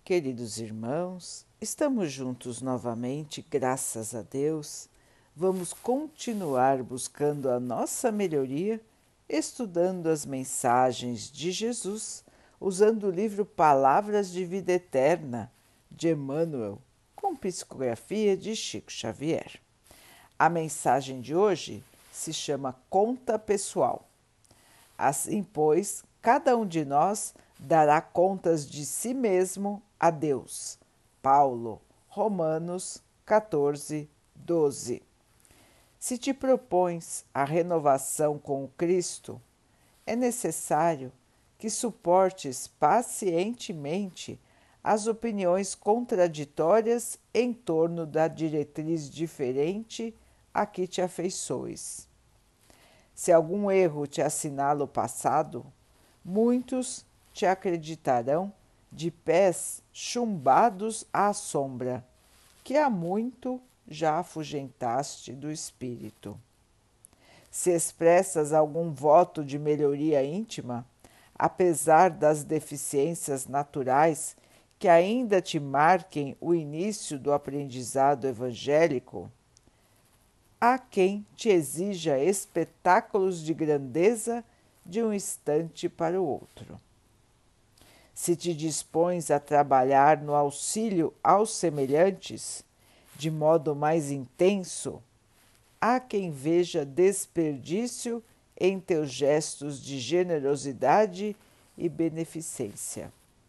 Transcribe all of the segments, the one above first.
Queridos irmãos, estamos juntos novamente, graças a Deus. Vamos continuar buscando a nossa melhoria, estudando as mensagens de Jesus, usando o livro Palavras de Vida Eterna, de Emmanuel, com psicografia de Chico Xavier. A mensagem de hoje se chama Conta Pessoal. Assim, pois, cada um de nós dará contas de si mesmo a Deus. Paulo, Romanos 14, 12. Se te propões a renovação com o Cristo, é necessário que suportes pacientemente as opiniões contraditórias em torno da diretriz diferente a que te afeiçoes. Se algum erro te assinala o passado, muitos te acreditarão de pés chumbados à sombra, que há muito já afugentaste do espírito. Se expressas algum voto de melhoria íntima, apesar das deficiências naturais que ainda te marquem o início do aprendizado evangélico, há quem te exija espetáculos de grandeza de um instante para o outro. Se te dispões a trabalhar no auxílio aos semelhantes, de modo mais intenso, há quem veja desperdício em teus gestos de generosidade e beneficência.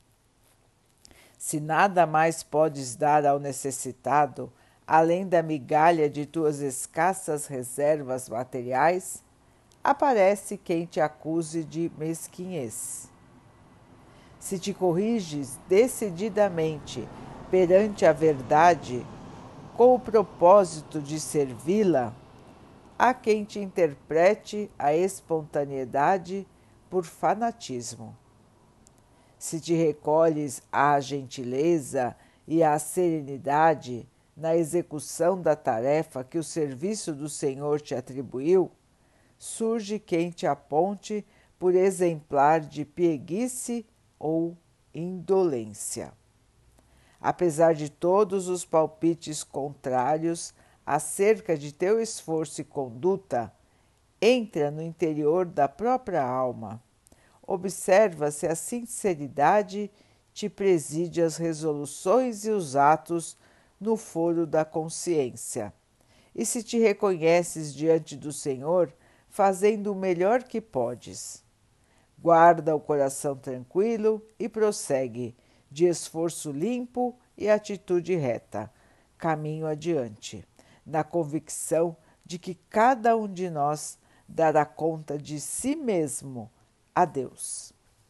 Se nada mais podes dar ao necessitado, além da migalha de tuas escassas reservas materiais, aparece quem te acuse de mesquinhez. Se te corriges decididamente perante a verdade, com o propósito de servi-la, há quem te interprete a espontaneidade por fanatismo. Se te recolhes à gentileza e à serenidade na execução da tarefa que o serviço do Senhor te atribuiu, surge quem te aponte por exemplar de pieguice ou indolência. Apesar de todos os palpites contrários acerca de teu esforço e conduta, entra no interior da própria alma. Observa se a sinceridade te preside as resoluções e os atos no foro da consciência, e se te reconheces diante do Senhor fazendo o melhor que podes. Guarda o coração tranquilo e prossegue, de esforço limpo e atitude reta, caminho adiante, na convicção de que cada um de nós dará conta de si mesmo a Deus.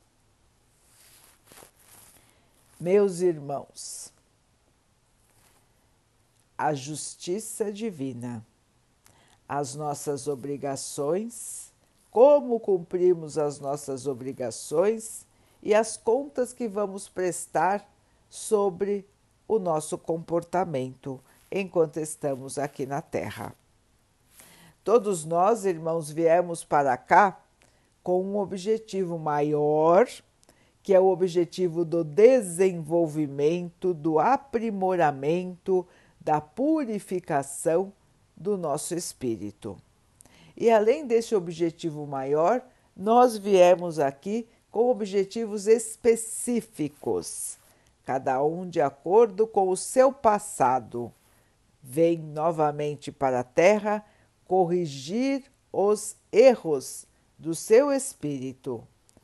Meus irmãos, a justiça divina, as nossas obrigações, como cumprimos as nossas obrigações e as contas que vamos prestar sobre o nosso comportamento enquanto estamos aqui na Terra. Todos nós, irmãos, viemos para cá com um objetivo maior, que é o objetivo do desenvolvimento, do aprimoramento, da purificação do nosso espírito. E além desse objetivo maior, nós viemos aqui com objetivos específicos, cada um de acordo com o seu passado. Vem novamente para a Terra corrigir os erros do seu espírito,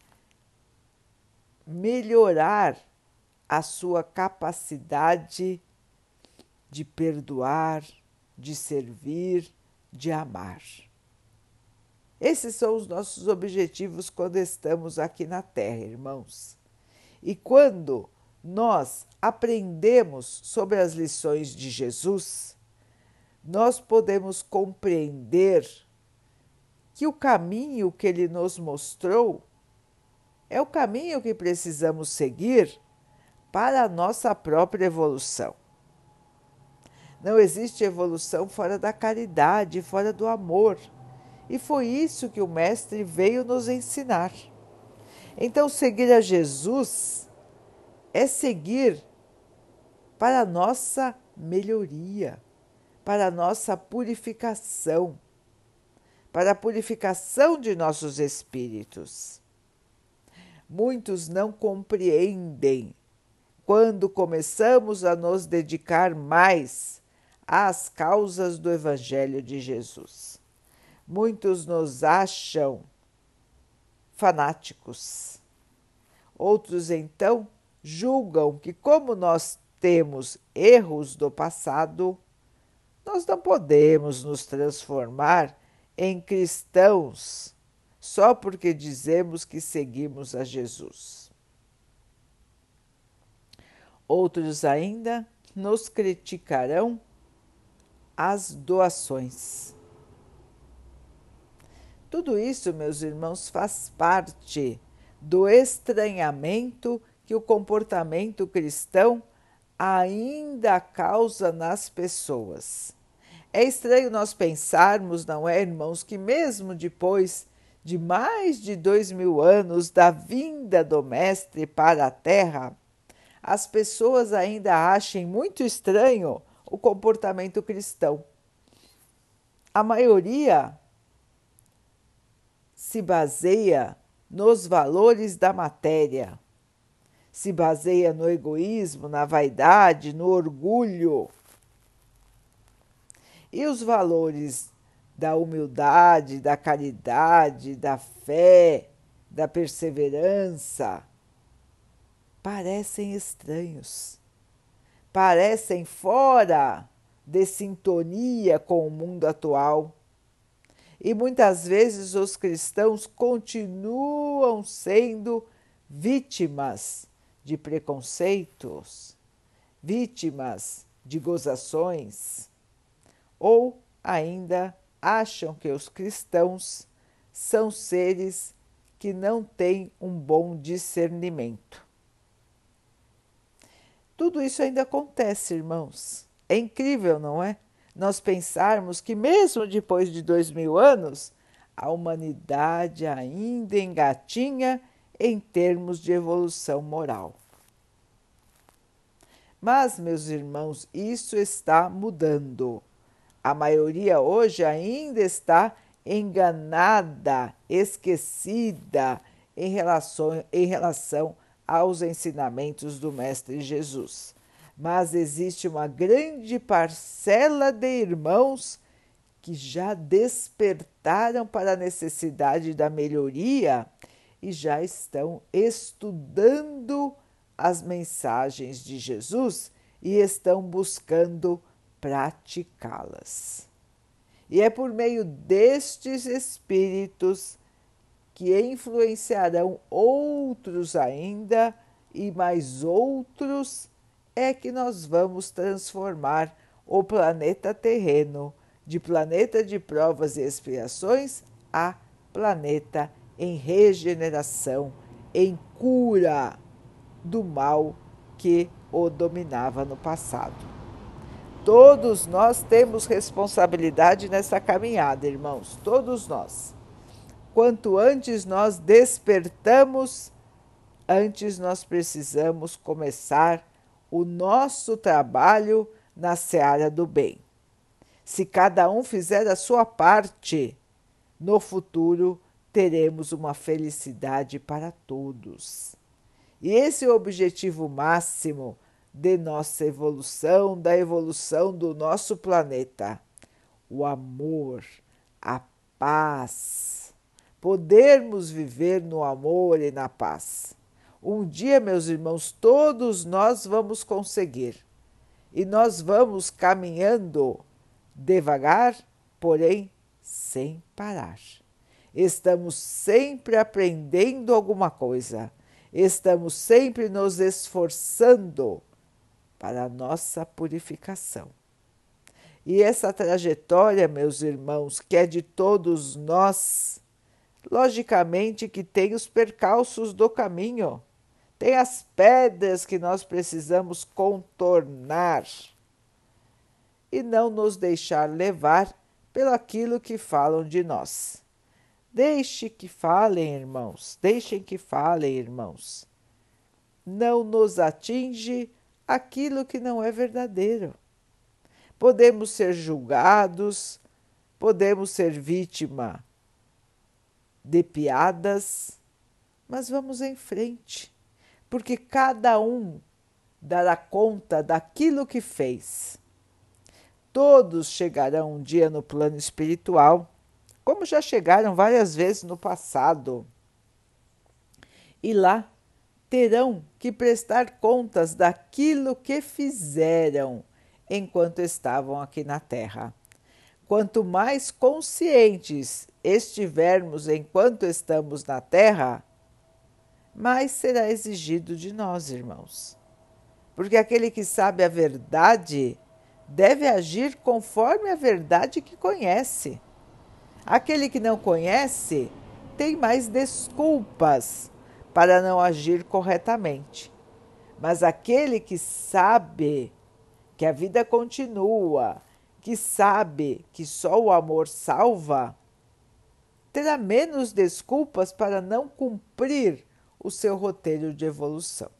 melhorar a sua capacidade de perdoar, de servir, de amar. Esses são os nossos objetivos quando estamos aqui na Terra, irmãos. E quando nós aprendemos sobre as lições de Jesus, nós podemos compreender que o caminho que ele nos mostrou é o caminho que precisamos seguir para a nossa própria evolução. Não existe evolução fora da caridade, fora do amor. E foi isso que o Mestre veio nos ensinar. Então, seguir a Jesus é seguir para a nossa melhoria, para a nossa purificação, para a purificação de nossos espíritos. Muitos não compreendem quando começamos a nos dedicar mais às causas do Evangelho de Jesus. Muitos nos acham fanáticos. Outros, então, julgam que, como nós temos erros do passado, nós não podemos nos transformar em cristãos só porque dizemos que seguimos a Jesus. Outros ainda nos criticarão as doações. Tudo isso, meus irmãos, faz parte do estranhamento que o comportamento cristão ainda causa nas pessoas. É estranho nós pensarmos, não é, irmãos, que mesmo depois de mais de 2000 anos da vinda do Mestre para a Terra, as pessoas ainda achem muito estranho o comportamento cristão. A maioria se baseia nos valores da matéria, se baseia no egoísmo, na vaidade, no orgulho. E os valores da humildade, da caridade, da fé, da perseverança parecem estranhos, parecem fora de sintonia com o mundo atual. E muitas vezes os cristãos continuam sendo vítimas de preconceitos, vítimas de gozações, ou ainda acham que os cristãos são seres que não têm um bom discernimento. Tudo isso ainda acontece, irmãos. É incrível, não é? Nós pensarmos que mesmo depois de 2000 anos, a humanidade ainda engatinha em termos de evolução moral. Mas, meus irmãos, isso está mudando. A maioria hoje ainda está enganada, esquecida em relação aos ensinamentos do Mestre Jesus. Mas existe uma grande parcela de irmãos que já despertaram para a necessidade da melhoria e já estão estudando as mensagens de Jesus e estão buscando praticá-las. E é por meio destes espíritos que influenciarão outros ainda e mais outros, é que nós vamos transformar o planeta terreno de planeta de provas e expiações a planeta em regeneração, em cura do mal que o dominava no passado. Todos nós temos responsabilidade nessa caminhada, irmãos, todos nós. Quanto antes nós despertamos, antes nós precisamos começar o nosso trabalho na seara do bem. Se cada um fizer a sua parte, no futuro teremos uma felicidade para todos. E esse é o objetivo máximo de nossa evolução, da evolução do nosso planeta. O amor, a paz. Podermos viver no amor e na paz. Um dia, meus irmãos, todos nós vamos conseguir. E nós vamos caminhando devagar, porém sem parar. Estamos sempre aprendendo alguma coisa. Estamos sempre nos esforçando para a nossa purificação. E essa trajetória, meus irmãos, que é de todos nós, logicamente que tem os percalços do caminho, tem as pedras que nós precisamos contornar e não nos deixar levar pelo aquilo que falam de nós. Deixem que falem, irmãos. Não nos atinge aquilo que não é verdadeiro. Podemos ser julgados, podemos ser vítima de piadas, mas vamos em frente, porque cada um dará conta daquilo que fez. Todos chegarão um dia no plano espiritual, como já chegaram várias vezes no passado, e lá terão que prestar contas daquilo que fizeram enquanto estavam aqui na Terra. Quanto mais conscientes estivermos enquanto estamos na Terra, mais será exigido de nós, irmãos. Porque aquele que sabe a verdade deve agir conforme a verdade que conhece. Aquele que não conhece tem mais desculpas para não agir corretamente. Mas aquele que sabe que a vida continua, que sabe que só o amor salva, terá menos desculpas para não cumprir o seu roteiro de evolução.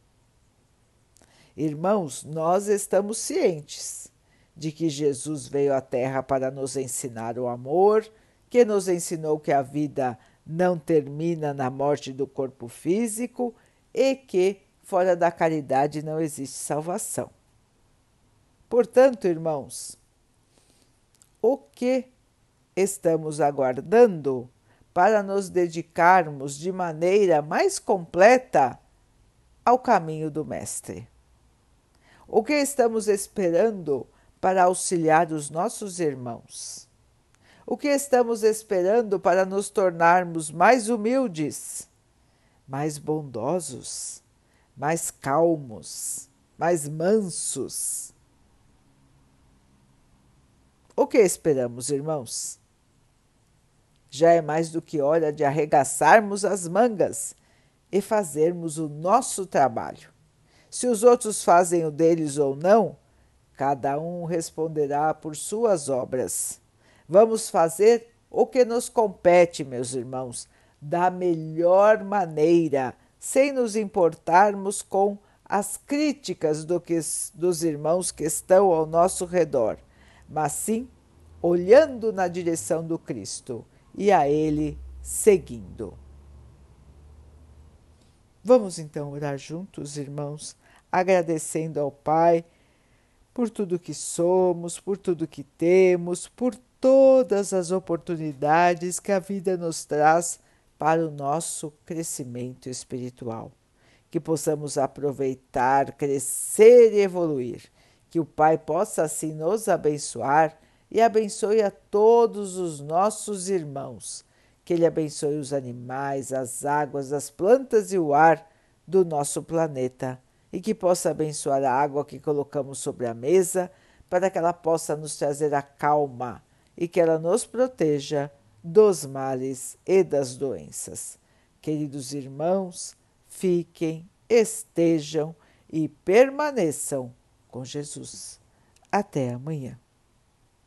Irmãos, nós estamos cientes de que Jesus veio à Terra para nos ensinar o amor, que nos ensinou que a vida não termina na morte do corpo físico e que fora da caridade não existe salvação. Portanto, irmãos, o que estamos aguardando para nos dedicarmos de maneira mais completa ao caminho do Mestre? O que estamos esperando para auxiliar os nossos irmãos? O que estamos esperando para nos tornarmos mais humildes, mais bondosos, mais calmos, mais mansos? O que esperamos, irmãos? Já é mais do que hora de arregaçarmos as mangas e fazermos o nosso trabalho. Se os outros fazem o deles ou não, cada um responderá por suas obras. Vamos fazer o que nos compete, meus irmãos, da melhor maneira, sem nos importarmos com as críticas dos irmãos que estão ao nosso redor, mas sim olhando na direção do Cristo e a Ele seguindo. Vamos então orar juntos, irmãos, agradecendo ao Pai por tudo que somos, por tudo que temos, por todas as oportunidades que a vida nos traz para o nosso crescimento espiritual. Que possamos aproveitar, crescer e evoluir. Que o Pai possa assim nos abençoar e abençoe a todos os nossos irmãos. Que Ele abençoe os animais, as águas, as plantas e o ar do nosso planeta. E que possa abençoar a água que colocamos sobre a mesa, para que ela possa nos trazer a calma e que ela nos proteja dos males e das doenças. Queridos irmãos, fiquem, estejam e permaneçam com Jesus. Até amanhã.